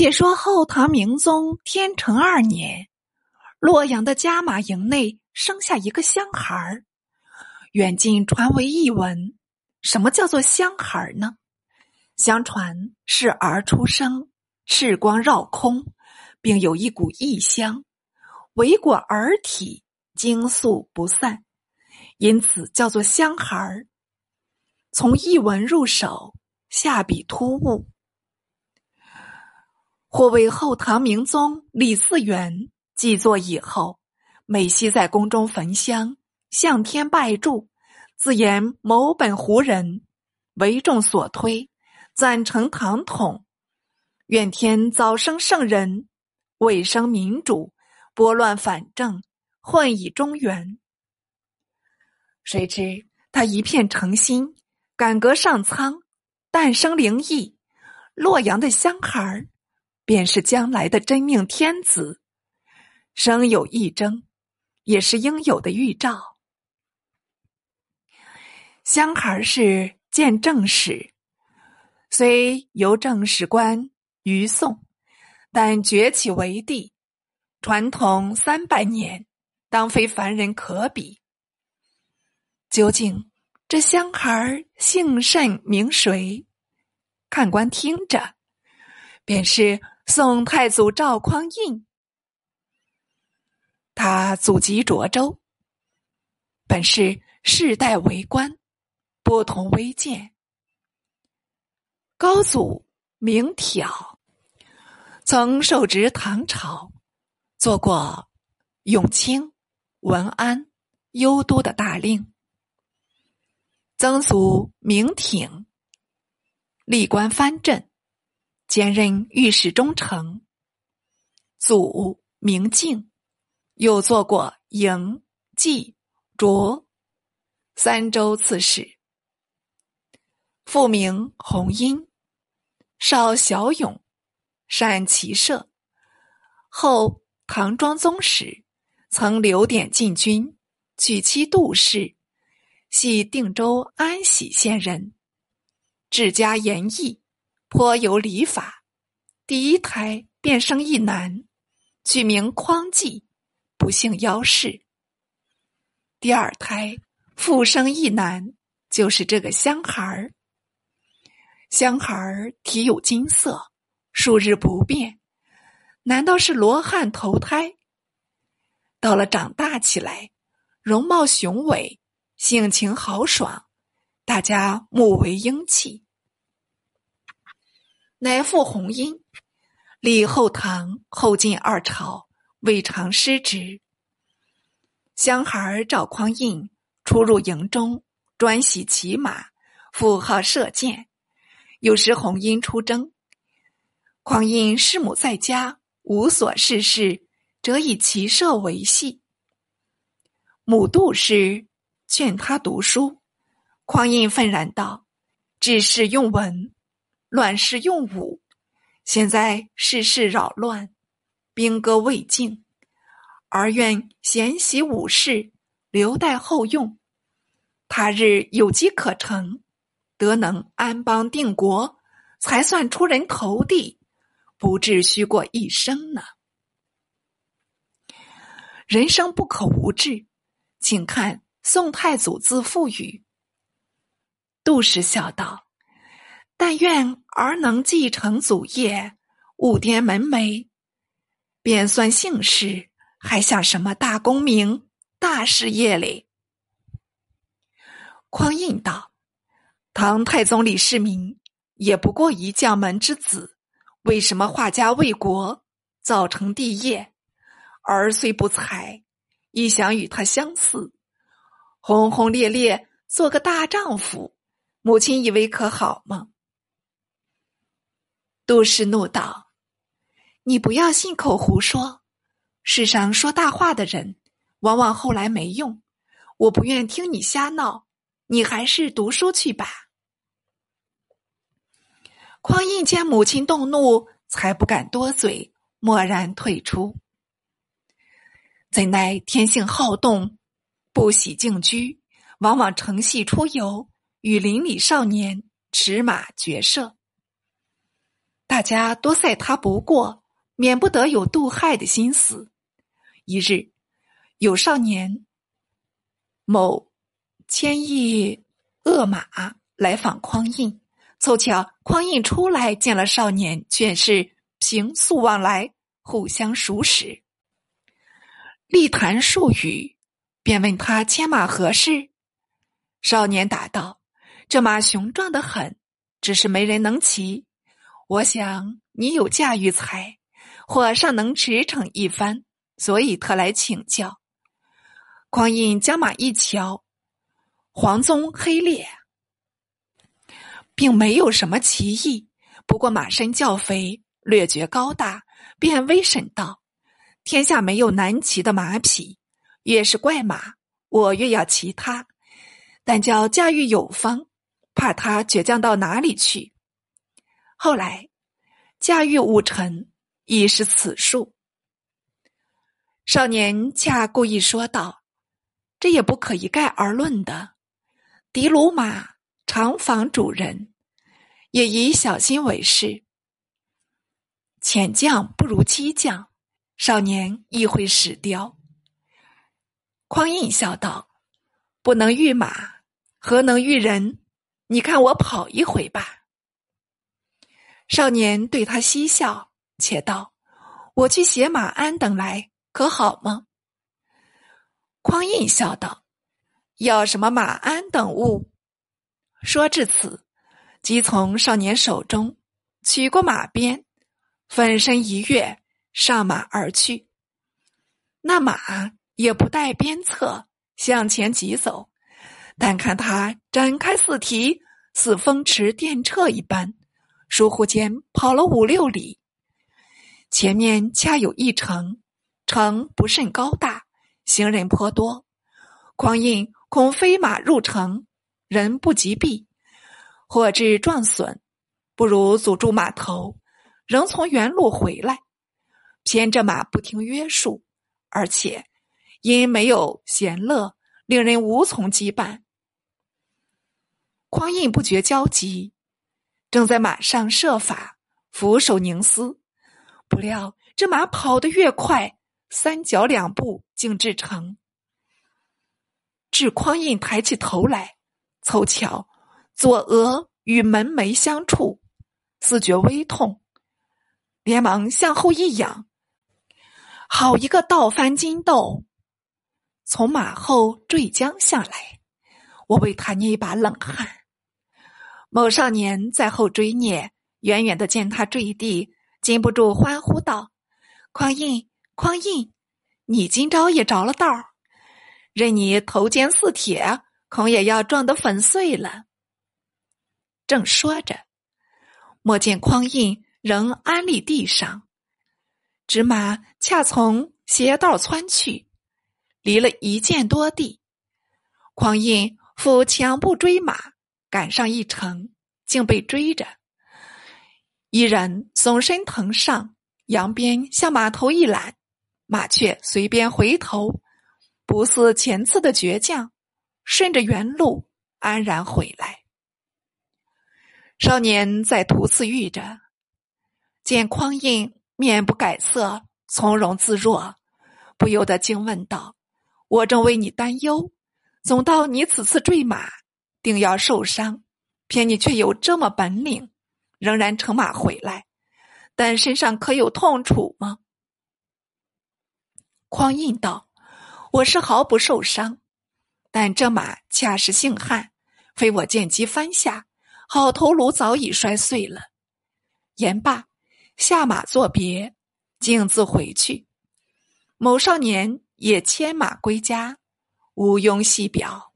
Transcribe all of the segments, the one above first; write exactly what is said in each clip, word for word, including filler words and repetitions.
且说后唐明宗天成二年，洛阳的加马营内生下一个香孩儿。远近传为一闻。什么叫做香孩儿呢？相传是儿出生，赤光绕空，并有一股异香，围裹儿体，精宿不散，因此叫做香孩儿。从一闻入手，下笔突兀。或为后唐明宗李嗣源继作以后，每夕在宫中焚香，向天拜祝，自言某本胡人，为众所推，赞成唐统，愿天早生圣人，未生民主，拨乱反正，混以中原。谁知他一片诚心，改革上苍，诞生灵异，洛阳的香孩儿便是将来的真命天子，生有一征，也是应有的预兆。香孩是见正史，虽由正史官于宋，但崛起为帝，传统三百年，当非凡人可比。究竟这香孩姓甚名谁？看官听着，便是宋太祖赵匡胤。他祖籍涿州，本是世代为官，不同微贱。高祖名挑，曾受职唐朝，做过永清、文安、幽都的大令。曾祖名挺，历官藩镇，兼任御史中丞。祖名敬，又做过营、冀、涿三州刺史。父名洪殷，少骁勇，善骑射。后唐庄宗时，曾留点进军，娶妻杜氏，系定州安喜县人，治家严义，颇有礼法。第一胎便生一男，取名匡济，不幸夭逝。第二胎复生一男，就是这个香孩儿。香孩儿体有金色，数日不变，难道是罗汉投胎？到了长大起来，容貌雄伟，性情豪爽，大家慕为英气。乃父洪殷，历后唐、后晋二朝，未尝失职。香孩儿赵匡胤出入营中，专喜骑马，富好射箭。有时洪殷出征，匡胤师母在家，无所事事，则以骑射为戏。母杜氏劝他读书，匡胤愤然道：治世用文，乱世用武，现在世事扰乱，兵戈未静，而愿贤习武士，留待后用。他日有机可乘，得能安邦定国，才算出人头地，不至虚过一生呢。人生不可无志，请看宋太祖自赋语。杜氏笑道：但愿儿能继承祖业，务颠门楣，便算姓氏，还想什么大功名、大事业嘞？匡胤道：唐太宗李世民也不过一将门之子，为什么化家为国，造成帝业？儿虽不才，亦想与他相似，轰轰烈烈做个大丈夫，母亲以为可好吗？杜氏怒道：你不要信口胡说，世上说大话的人，往往后来没用，我不愿听你瞎闹，你还是读书去吧。匡胤见母亲动怒，才不敢多嘴，默然退出。怎奈天性好动，不喜静居，往往乘隙出游，与邻里少年驰马决射。 大家多赛他不过，免不得有妒害的心思。一日，有少年某牵一恶马来访匡胤，凑巧匡胤出来见了少年，却是平素往来，互相熟识。立谈数语，便问他牵马何事。少年答道：这马雄壮得很，只是没人能骑。我想你有驾驭才，或尚能驰骋一番，所以特来请教。匡胤将马一瞧，黄棕黑烈，并没有什么奇异，不过马身较肥，略觉高大，便微审道：天下没有难骑的马匹，越是怪马，我越要骑它，但叫驾驭有方，怕它倔强到哪里去。后来驾驭五成，亦是此数。少年恰故意说道：这也不可一概而论的，的卢马常访主人，也宜小心为是。浅将不如激将，少年亦会使雕。匡胤笑道：不能御马，何能御人？你看我跑一回吧。少年对他嬉笑，且道：我去携马鞍等来，可好吗？匡胤笑道：要什么马鞍等物？说至此，即从少年手中取过马鞭，粉身一跃，上马而去。那马也不带鞭策，向前疾走，但看他展开四蹄，似风驰电掣一般，倏忽间跑了五六里。前面恰有一城，城不甚高大，行人颇多。匡胤恐飞马入城，人不及避，或致撞损，不如阻住马头，仍从原路回来。偏这马不听约束，而且因没有闲乐，令人无从羁绊。匡胤不觉焦急，正在马上设法俯首凝思，不料这马跑得越快，三脚两步竟至城。至匡胤抬起头来，凑巧左额与门楣相触，似觉微痛，连忙向后一仰，好一个倒翻筋斗，从马后坠将下来。我为他捏一把冷汗。某少年在后追蹑，远远的见他坠地，禁不住欢呼道：匡胤，匡胤，你今朝也着了道，任你头尖似铁，恐也要撞得粉碎了。正说着，莫见匡胤仍安立地上，只马恰从斜道窜去，离了一箭多地。匡胤复强步追马，赶上一程，竟被追着。一人耸身腾上，扬鞭向马头一揽，马却随鞭回头，不似前次的倔强，顺着原路安然回来。少年在途次遇着，见匡胤面不改色，从容自若，不由得惊问道：我正为你担忧，总道你此次坠马定要受伤，偏你却有这么本领，仍然乘马回来，但身上可有痛楚吗？匡胤道：我是毫不受伤，但这马恰是性悍，非我见机翻下，好头颅早已摔碎了。言罢，下马作别，径自回去。某少年也牵马归家，毋庸细表。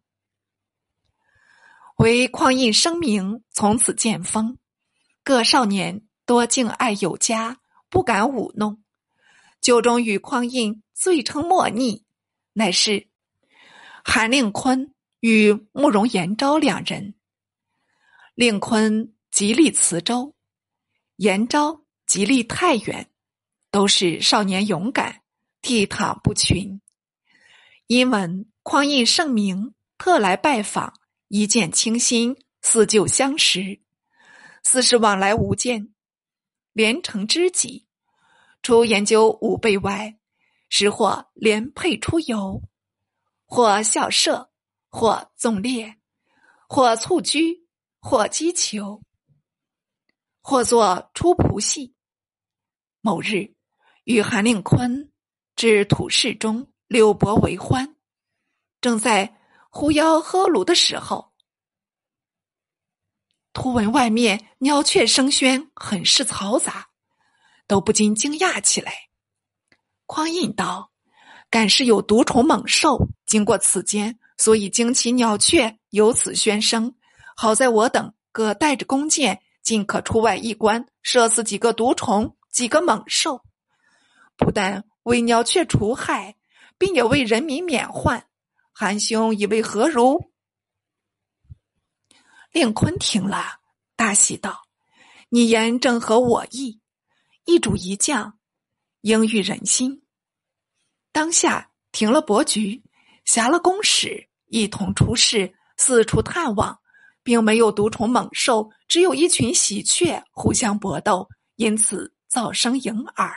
唯匡胤声名从此见风，各少年多敬爱有加，不敢舞弄。酒中与匡胤最称莫逆，乃是韩令坤与慕容延昭两人。令坤即立磁州，延昭即立太原，都是少年勇敢，倜傥不群。因闻匡胤盛名，特来拜访，一见倾心，似旧相识。似是往来无间， 连成知己，除研究武备外，时或连配出游，或校射，或纵猎，或蹴鞠，或击球，或作出仆戏。某日，与韩令逵至土室中柳柏为欢，正在呼吆喝芦的时候，突闻外面鸟雀声喧，很是嘈杂，都不禁惊讶起来。匡胤道：敢是有毒虫猛兽经过此间，所以惊起鸟雀，由此喧声。好在我等各带着弓箭，尽可出外一观，射死几个毒虫，几个猛兽，不但为鸟雀除害，并也为人民免患。韩兄以为何如？令逵听了，大喜道：你言正合我意，一主一将，应育人心。当下停了伯局，辖了公使，一同出使，四处探望，并没有毒虫猛兽，只有一群喜鹊互相搏斗，因此噪声盈耳。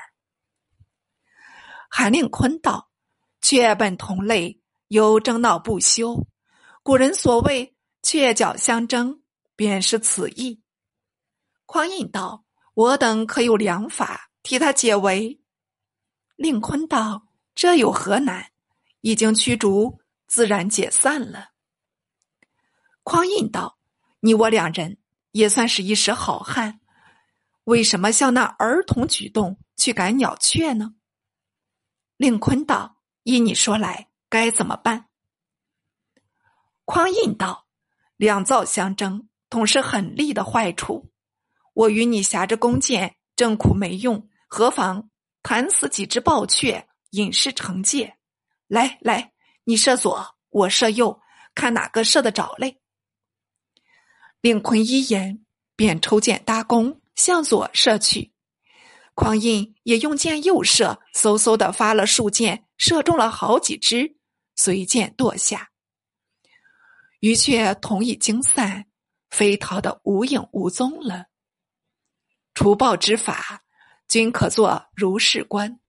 韩令逵道：雀本同类，犹争闹不休，古人所谓鹊角相争，便是此意。匡胤道：我等可有良法替他解围？令逵道：这有何难？已经驱逐，自然解散了。匡胤道：你我两人也算是一时好汉，为什么像那儿童举动去赶鸟雀呢？令逵道：依你说来，该怎么办？匡胤道：两造相争，同是很利的坏处。我与你挟着弓箭，正苦没用，何妨弹死几只豹雀，引狮惩戒。来来，你射左，我射右，看哪个射得着嘞。令逵一言，便抽箭搭弓，向左射去。匡胤也用箭右射，嗖嗖地发了数箭，射中了好几只，随箭堕下。鱼雀同已惊散，飞逃得无影无踪了。除暴之法，均可作如是观。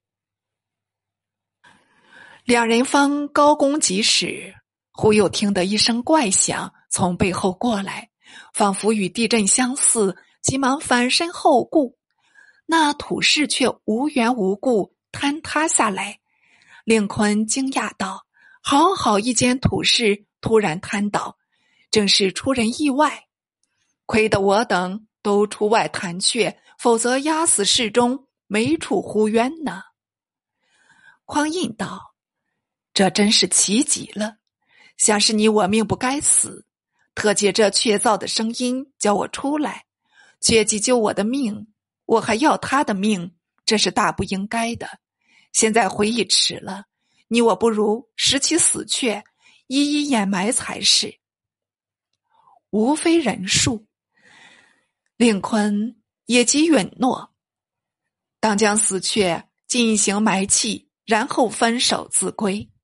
两人方高弓疾驶，忽又听得一声怪响从背后过来，仿佛与地震相似，急忙反身后顾，那土室却无缘无故坍塌下来。令逵惊讶道：好好一间土室突然瘫倒，真是出人意外，亏得我等都出外弹雀，否则压死室中，没处呼冤呢。匡胤道：这真是奇极了，像是你我命不该死，特借这雀噪的声音叫我出来，却急救我的命，我还要他的命，这是大不应该的。现在回忆迟了，你我不如拾起死雀，一一掩埋才是。无非人数，令逵也即允诺，当将死雀进行埋弃，然后分手自归。